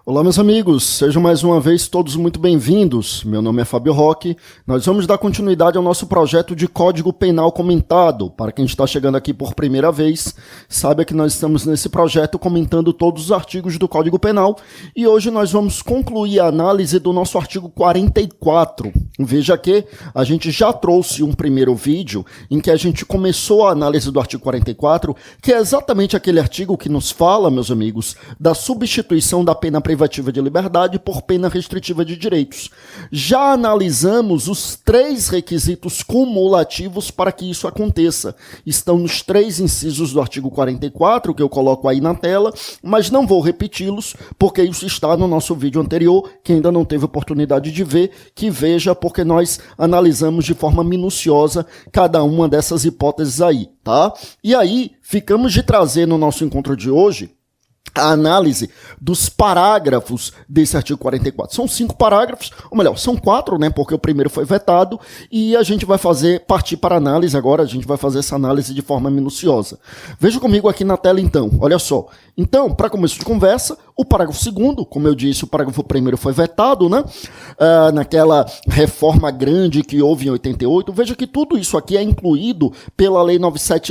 Olá, meus amigos, sejam mais uma vez todos muito bem-vindos. Meu nome é Fábio Roque. Nós vamos dar continuidade ao nosso projeto de Código Penal comentado. Para quem está chegando aqui por primeira vez, saiba que nós estamos nesse projeto comentando todos os artigos do Código Penal e hoje nós vamos concluir a análise do nosso artigo 44. Veja que a gente já trouxe um primeiro vídeo em que a gente começou a análise do artigo 44, que é exatamente aquele artigo que nos fala, meus amigos, da substituição da pena privativa de liberdade por pena restritiva de direitos. Já analisamos os 3 requisitos cumulativos para que isso aconteça. Estão nos 3 incisos do artigo 44, que eu coloco aí na tela, mas não vou repeti-los, porque isso está no nosso vídeo anterior. Quem ainda não teve oportunidade de ver, que veja, porque nós analisamos de forma minuciosa cada uma dessas hipóteses aí, tá? E aí, ficamos de trazer no nosso encontro de hoje a análise dos parágrafos desse artigo 44. São 5 parágrafos, ou melhor, são 4, né, porque o primeiro foi vetado, e a gente vai partir para a análise agora, a gente vai fazer essa análise de forma minuciosa. Veja comigo aqui na tela então, olha só. Então, para começo de conversa, o parágrafo 2º, como eu disse, o parágrafo 1º foi vetado, né, naquela reforma grande que houve em 88, veja que tudo isso aqui é incluído pela Lei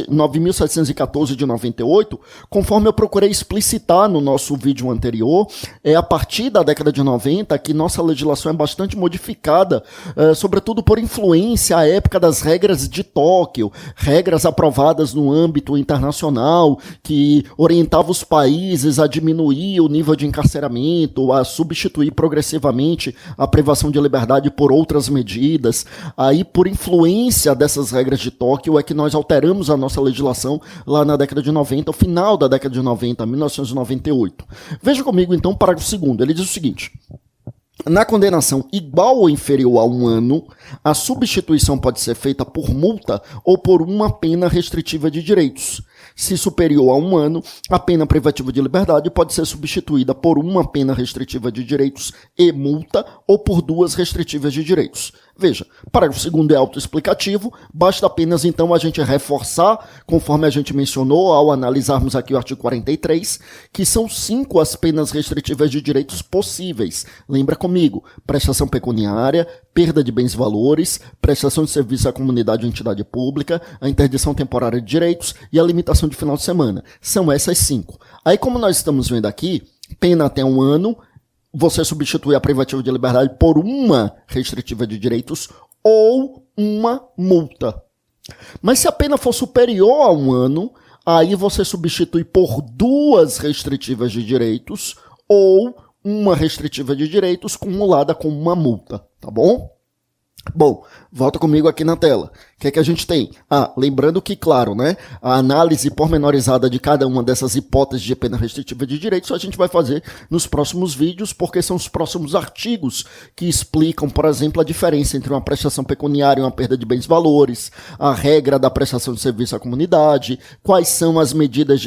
9.714 de 98, conforme eu procurei explicitar no nosso vídeo anterior, é a partir da década de 90 que nossa legislação é bastante modificada, sobretudo por influência à época das regras de Tóquio, regras aprovadas no âmbito internacional, que orientavam os países a diminuir o nível de encarceramento, a substituir progressivamente a privação de liberdade por outras medidas. Aí, por influência dessas regras de Tóquio, é que nós alteramos a nossa legislação lá na década de 90, ao final da década de 90, 1998. Veja comigo, então, o parágrafo 2º. Ele diz o seguinte: na condenação igual ou inferior a 1 ano, a substituição pode ser feita por multa ou por uma pena restritiva de direitos. Se superior a 1 ano, a pena privativa de liberdade pode ser substituída por uma pena restritiva de direitos e multa ou por 2 restritivas de direitos. Veja, parágrafo 2º é autoexplicativo, basta apenas então a gente reforçar, conforme a gente mencionou ao analisarmos aqui o artigo 43, que são 5 as penas restritivas de direitos possíveis. Lembra comigo, prestação pecuniária, perda de bens e valores, prestação de serviço à comunidade ou entidade pública, a interdição temporária de direitos e a limitação de final de semana. São essas 5. Aí, como nós estamos vendo aqui, pena até 1 ano, você substitui a privativa de liberdade por uma restritiva de direitos ou uma multa. Mas se a pena for superior a 1 ano, aí você substitui por 2 restritivas de direitos ou uma restritiva de direitos cumulada com uma multa, tá bom? Bom, volta comigo aqui na tela. O que é que a gente tem? Lembrando que, claro, né, a análise pormenorizada de cada uma dessas hipóteses de pena restritiva de direitos a gente vai fazer nos próximos vídeos, porque são os próximos artigos que explicam, por exemplo, a diferença entre uma prestação pecuniária e uma perda de bens e valores, a regra da prestação de serviço à comunidade, quais são as medidas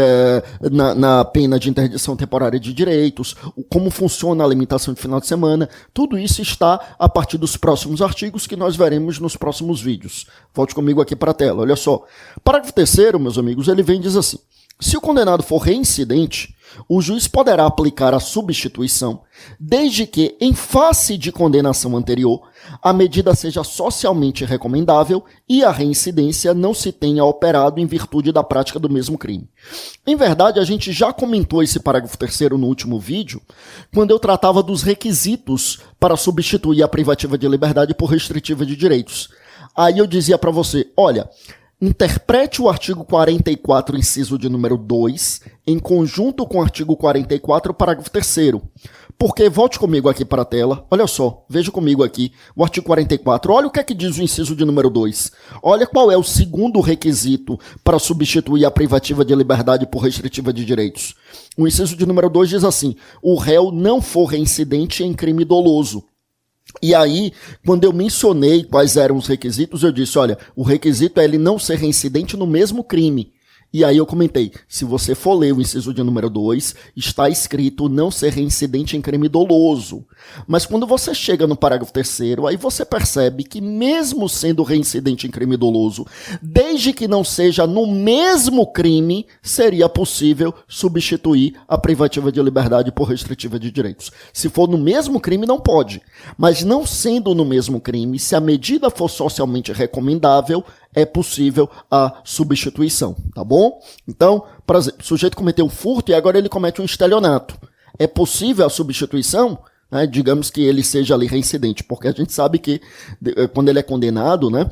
na pena de interdição temporária de direitos, como funciona a limitação de final de semana. Tudo isso está a partir dos próximos artigos que nós veremos nos próximos vídeos. Volte comigo aqui para a tela, olha só. Parágrafo 3º, meus amigos, ele vem e diz assim: se o condenado for reincidente, o juiz poderá aplicar a substituição, desde que, em face de condenação anterior, a medida seja socialmente recomendável e a reincidência não se tenha operado em virtude da prática do mesmo crime. Em verdade, a gente já comentou esse parágrafo 3º no último vídeo, quando eu tratava dos requisitos para substituir a privativa de liberdade por restritiva de direitos. Aí eu dizia para você, olha, interprete o artigo 44, inciso de número 2, em conjunto com o artigo 44, parágrafo 3º. Porque, volte comigo aqui para a tela, olha só, veja comigo aqui o artigo 44, olha o que é que diz o inciso de número 2. Olha qual é o segundo requisito para substituir a privativa de liberdade por restritiva de direitos. O inciso de número 2 diz assim: o réu não for reincidente em crime doloso. E aí, quando eu mencionei quais eram os requisitos, eu disse, olha, o requisito é ele não ser reincidente no mesmo crime. E aí eu comentei, se você for ler o inciso de número 2, está escrito não ser reincidente em crime doloso. Mas quando você chega no parágrafo 3º, aí você percebe que mesmo sendo reincidente em crime doloso, desde que não seja no mesmo crime, seria possível substituir a privativa de liberdade por restritiva de direitos. Se for no mesmo crime, não pode. Mas não sendo no mesmo crime, se a medida for socialmente recomendável, é possível a substituição, tá bom? Então, por exemplo, o sujeito cometeu um furto e agora ele comete um estelionato. É possível a substituição? Né? Digamos que ele seja ali reincidente, porque a gente sabe que quando ele é condenado, né,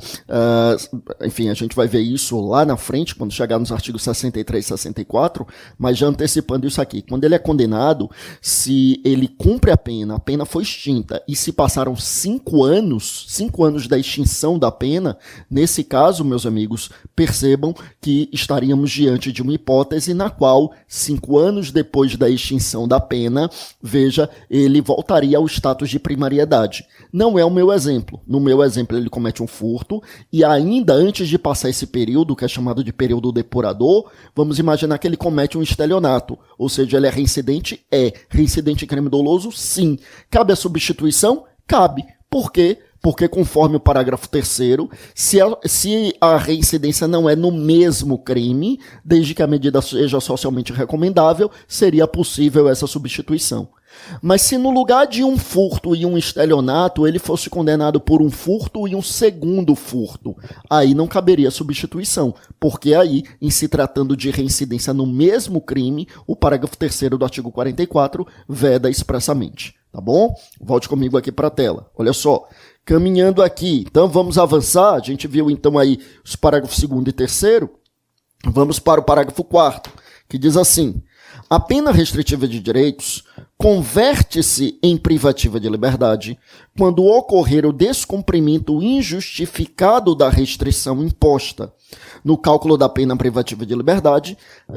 enfim, a gente vai ver isso lá na frente, quando chegar nos artigos 63 e 64, mas já antecipando isso aqui, quando ele é condenado, se ele cumpre a pena foi extinta, e se passaram 5 anos da extinção da pena, nesse caso, meus amigos, percebam que estaríamos diante de uma hipótese na qual, 5 anos depois da extinção da pena, veja, ele voltaria ao status de primariedade. Não é o meu exemplo. No meu exemplo, ele comete um furto e ainda antes de passar esse período, que é chamado de período depurador, vamos imaginar que ele comete um estelionato. Ou seja, ele é reincidente? É. Reincidente em crime doloso? Sim. Cabe a substituição? Cabe. Por quê? Porque conforme o parágrafo 3º, se a reincidência não é no mesmo crime, desde que a medida seja socialmente recomendável, seria possível essa substituição. Mas se no lugar de um furto e um estelionato, ele fosse condenado por um furto e um segundo furto, aí não caberia substituição, porque aí, em se tratando de reincidência no mesmo crime, o parágrafo 3º do artigo 44 veda expressamente. Tá bom? Volte comigo aqui para a tela. Olha só, caminhando aqui, então vamos avançar, a gente viu então aí os parágrafos 2º e 3º, vamos para o parágrafo 4º, que diz assim: a pena restritiva de direitos converte-se em privativa de liberdade quando ocorrer o descumprimento injustificado da restrição imposta. No cálculo da pena privativa de liberdade,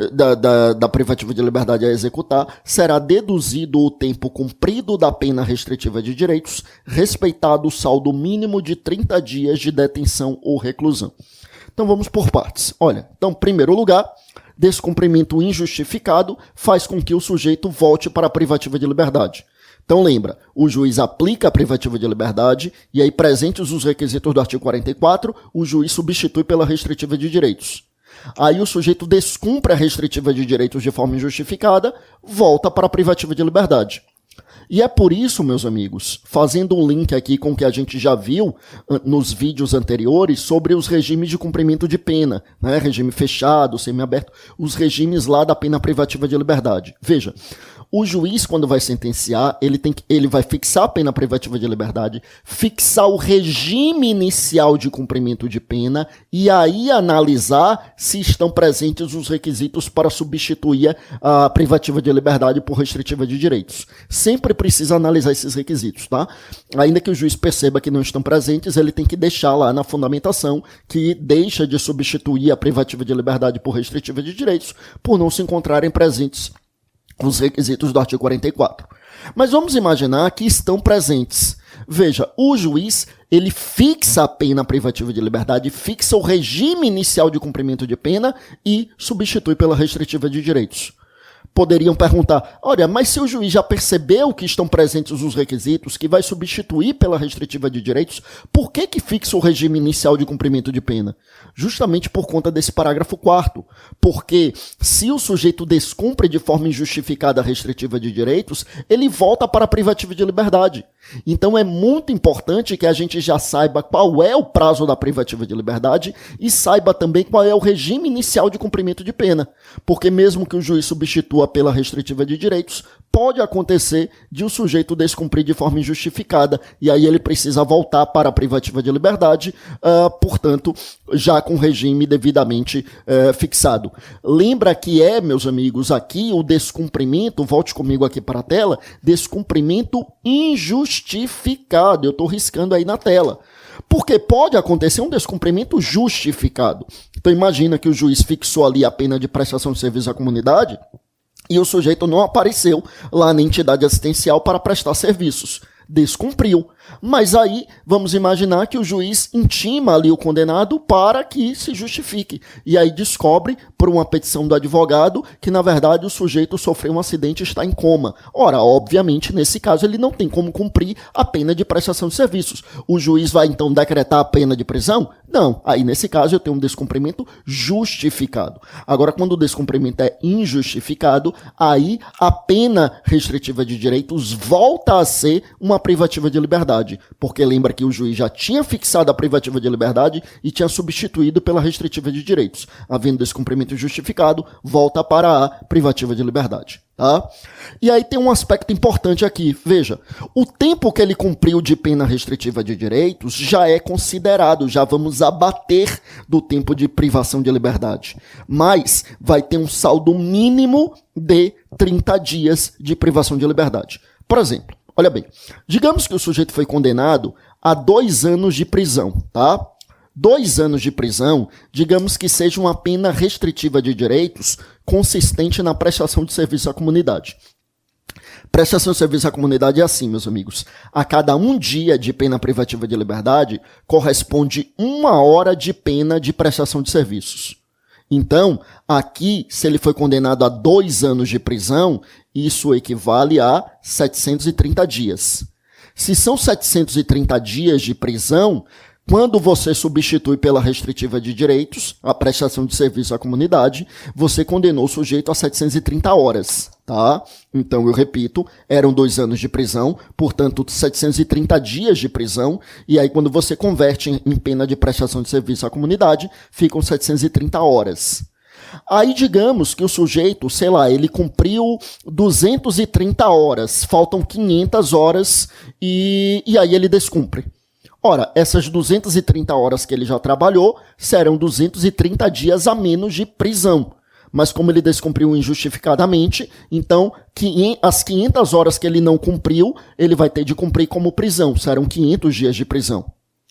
da privativa de liberdade a executar, será deduzido o tempo cumprido da pena restritiva de direitos, respeitado o saldo mínimo de 30 dias de detenção ou reclusão. Então vamos por partes. Olha, então, em primeiro lugar, descumprimento injustificado faz com que o sujeito volte para a privativa de liberdade. Então lembra, o juiz aplica a privativa de liberdade e aí, presentes os requisitos do artigo 44, o juiz substitui pela restritiva de direitos. Aí o sujeito descumpre a restritiva de direitos de forma injustificada, volta para a privativa de liberdade. E é por isso, meus amigos, fazendo um link aqui com o que a gente já viu nos vídeos anteriores sobre os regimes de cumprimento de pena, né? Regime fechado, semiaberto, os regimes lá da pena privativa de liberdade. Veja, o juiz, quando vai sentenciar, ele vai fixar a pena privativa de liberdade, fixar o regime inicial de cumprimento de pena e aí analisar se estão presentes os requisitos para substituir a privativa de liberdade por restritiva de direitos. Sempre precisa analisar esses requisitos, tá? Ainda que o juiz perceba que não estão presentes, ele tem que deixar lá na fundamentação que deixa de substituir a privativa de liberdade por restritiva de direitos por não se encontrarem presentes os requisitos do artigo 44. Mas vamos imaginar que estão presentes. Veja, o juiz, ele fixa a pena privativa de liberdade, fixa o regime inicial de cumprimento de pena e substitui pela restritiva de direitos. Poderiam perguntar, olha, mas se o juiz já percebeu que estão presentes os requisitos, que vai substituir pela restritiva de direitos, por que fixa o regime inicial de cumprimento de pena? Justamente por conta desse parágrafo 4º. Porque se o sujeito descumpre de forma injustificada a restritiva de direitos, ele volta para a privativa de liberdade. Então é muito importante que a gente já saiba qual é o prazo da privativa de liberdade e saiba também qual é o regime inicial de cumprimento de pena. Porque mesmo que o juiz substitua pela restritiva de direitos, pode acontecer de o sujeito descumprir de forma injustificada e aí ele precisa voltar para a privativa de liberdade, portanto, já com o regime devidamente fixado. Lembra que meus amigos, aqui o descumprimento, volte comigo aqui para a tela, descumprimento injustificado. Eu estou riscando aí na tela. Porque pode acontecer um descumprimento justificado. Então imagina que o juiz fixou ali a pena de prestação de serviço à comunidade e o sujeito não apareceu lá na entidade assistencial para prestar serviços. Descumpriu. Mas aí, vamos imaginar que o juiz intima ali o condenado para que se justifique. E aí descobre, por uma petição do advogado, que na verdade o sujeito sofreu um acidente e está em coma. Ora, obviamente, nesse caso, ele não tem como cumprir a pena de prestação de serviços. O juiz vai então decretar a pena de prisão? Não. Aí, nesse caso, eu tenho um descumprimento justificado. Agora, quando o descumprimento é injustificado, aí a pena restritiva de direitos volta a ser uma privativa de liberdade. Porque lembra que o juiz já tinha fixado a privativa de liberdade e tinha substituído pela restritiva de direitos. Havendo descumprimento justificado, volta para a privativa de liberdade. Tá? E aí tem um aspecto importante aqui. Veja, o tempo que ele cumpriu de pena restritiva de direitos já é considerado, já vamos abater do tempo de privação de liberdade. Mas vai ter um saldo mínimo de 30 dias de privação de liberdade. Por exemplo, olha bem, digamos que o sujeito foi condenado a 2 anos de prisão, tá? 2 anos de prisão, digamos que seja uma pena restritiva de direitos consistente na prestação de serviço à comunidade. Prestação de serviço à comunidade é assim, meus amigos. A cada 1 dia de pena privativa de liberdade, corresponde 1 hora de pena de prestação de serviços. Então, aqui, se ele foi condenado a 2 anos de prisão, isso equivale a 730 dias. Se são 730 dias de prisão, quando você substitui pela restritiva de direitos, a prestação de serviço à comunidade, você condenou o sujeito a 730 horas, tá? Então, eu repito, eram 2 anos de prisão, portanto, 730 dias de prisão, e aí quando você converte em pena de prestação de serviço à comunidade, ficam 730 horas. Aí, digamos que o sujeito, sei lá, ele cumpriu 230 horas, faltam 500 horas, e aí ele descumpre. Ora, essas 230 horas que ele já trabalhou serão 230 dias a menos de prisão. Mas como ele descumpriu injustificadamente, então as 500 horas que ele não cumpriu, ele vai ter de cumprir como prisão. Serão 500 dias de prisão.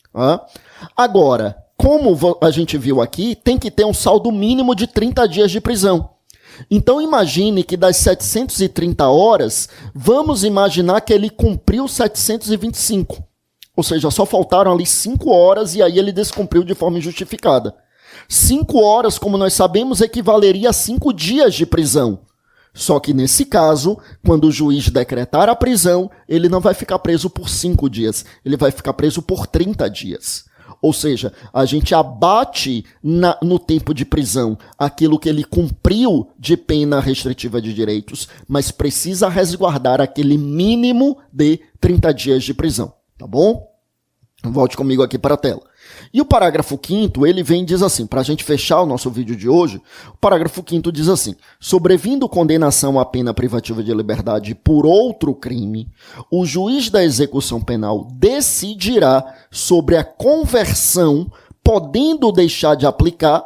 Agora, como a gente viu aqui, tem que ter um saldo mínimo de 30 dias de prisão. Então imagine que das 730 horas, vamos imaginar que ele cumpriu 725. Ou seja, só faltaram ali 5 horas e aí ele descumpriu de forma injustificada. 5 horas, como nós sabemos, equivaleria a 5 dias de prisão. Só que nesse caso, quando o juiz decretar a prisão, ele não vai ficar preso por 5 dias, ele vai ficar preso por 30 dias. Ou seja, a gente abate no tempo de prisão aquilo que ele cumpriu de pena restritiva de direitos, mas precisa resguardar aquele mínimo de 30 dias de prisão. Tá bom? Volte comigo aqui para a tela. E o parágrafo 5º, ele vem e diz assim, para a gente fechar o nosso vídeo de hoje, o parágrafo 5º diz assim: sobrevindo condenação à pena privativa de liberdade por outro crime, o juiz da execução penal decidirá sobre a conversão, podendo deixar de aplicá-la,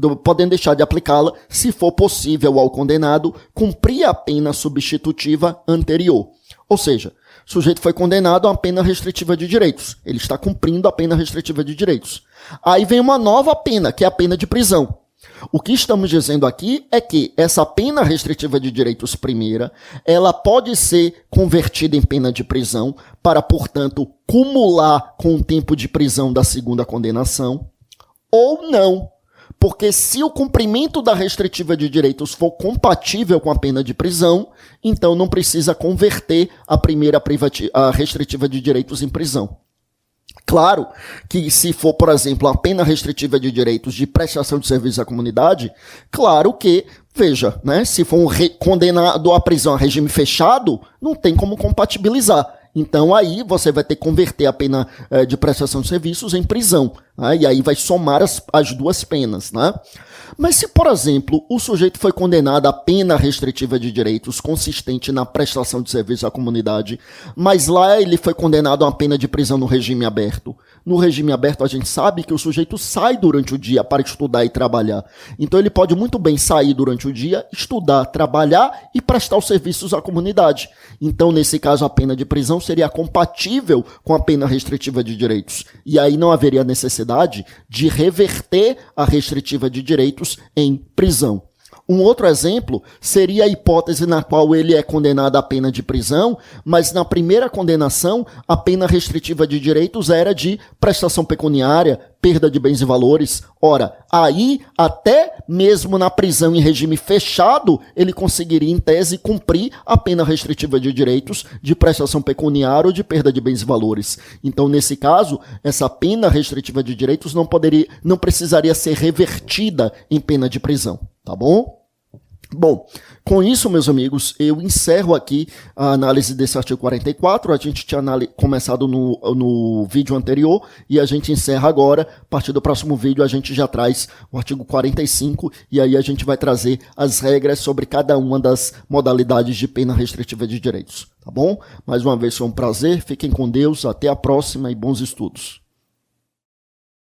se for possível ao condenado cumprir a pena substitutiva anterior. Ou seja, o sujeito foi condenado a uma pena restritiva de direitos. Ele está cumprindo a pena restritiva de direitos. Aí vem uma nova pena, que é a pena de prisão. O que estamos dizendo aqui é que essa pena restritiva de direitos primeira, ela pode ser convertida em pena de prisão para, portanto, cumular com o tempo de prisão da segunda condenação, ou não. Porque se o cumprimento da restritiva de direitos for compatível com a pena de prisão, então não precisa converter a restritiva de direitos em prisão. Claro que se for, por exemplo, a pena restritiva de direitos de prestação de serviço à comunidade, claro que, veja, né, se for condenado à prisão a regime fechado, não tem como compatibilizar. Então aí você vai ter que converter a pena de prestação de serviços em prisão, né? E aí vai somar as duas penas, né? Mas se, por exemplo, o sujeito foi condenado à pena restritiva de direitos consistente na prestação de serviço à comunidade, mas lá ele foi condenado a uma pena de prisão no regime aberto. No regime aberto a gente sabe que o sujeito sai durante o dia para estudar e trabalhar. Então ele pode muito bem sair durante o dia, estudar, trabalhar e prestar os serviços à comunidade. Então, nesse caso, a pena de prisão seria compatível com a pena restritiva de direitos. E aí não haveria necessidade de reverter a restritiva de direitos em prisão. Um outro exemplo seria a hipótese na qual ele é condenado à pena de prisão, mas na primeira condenação a pena restritiva de direitos era de prestação pecuniária, perda de bens e valores. Ora, aí até mesmo na prisão em regime fechado, ele conseguiria em tese cumprir a pena restritiva de direitos de prestação pecuniária ou de perda de bens e valores. Então, nesse caso, essa pena restritiva de direitos não precisaria ser revertida em pena de prisão, tá bom? Bom, com isso, meus amigos, eu encerro aqui a análise desse artigo 44. A gente tinha começado no vídeo anterior e a gente encerra agora. A partir do próximo vídeo, a gente já traz o artigo 45 e aí a gente vai trazer as regras sobre cada uma das modalidades de pena restritiva de direitos. Tá bom? Mais uma vez foi um prazer. Fiquem com Deus. Até a próxima e bons estudos.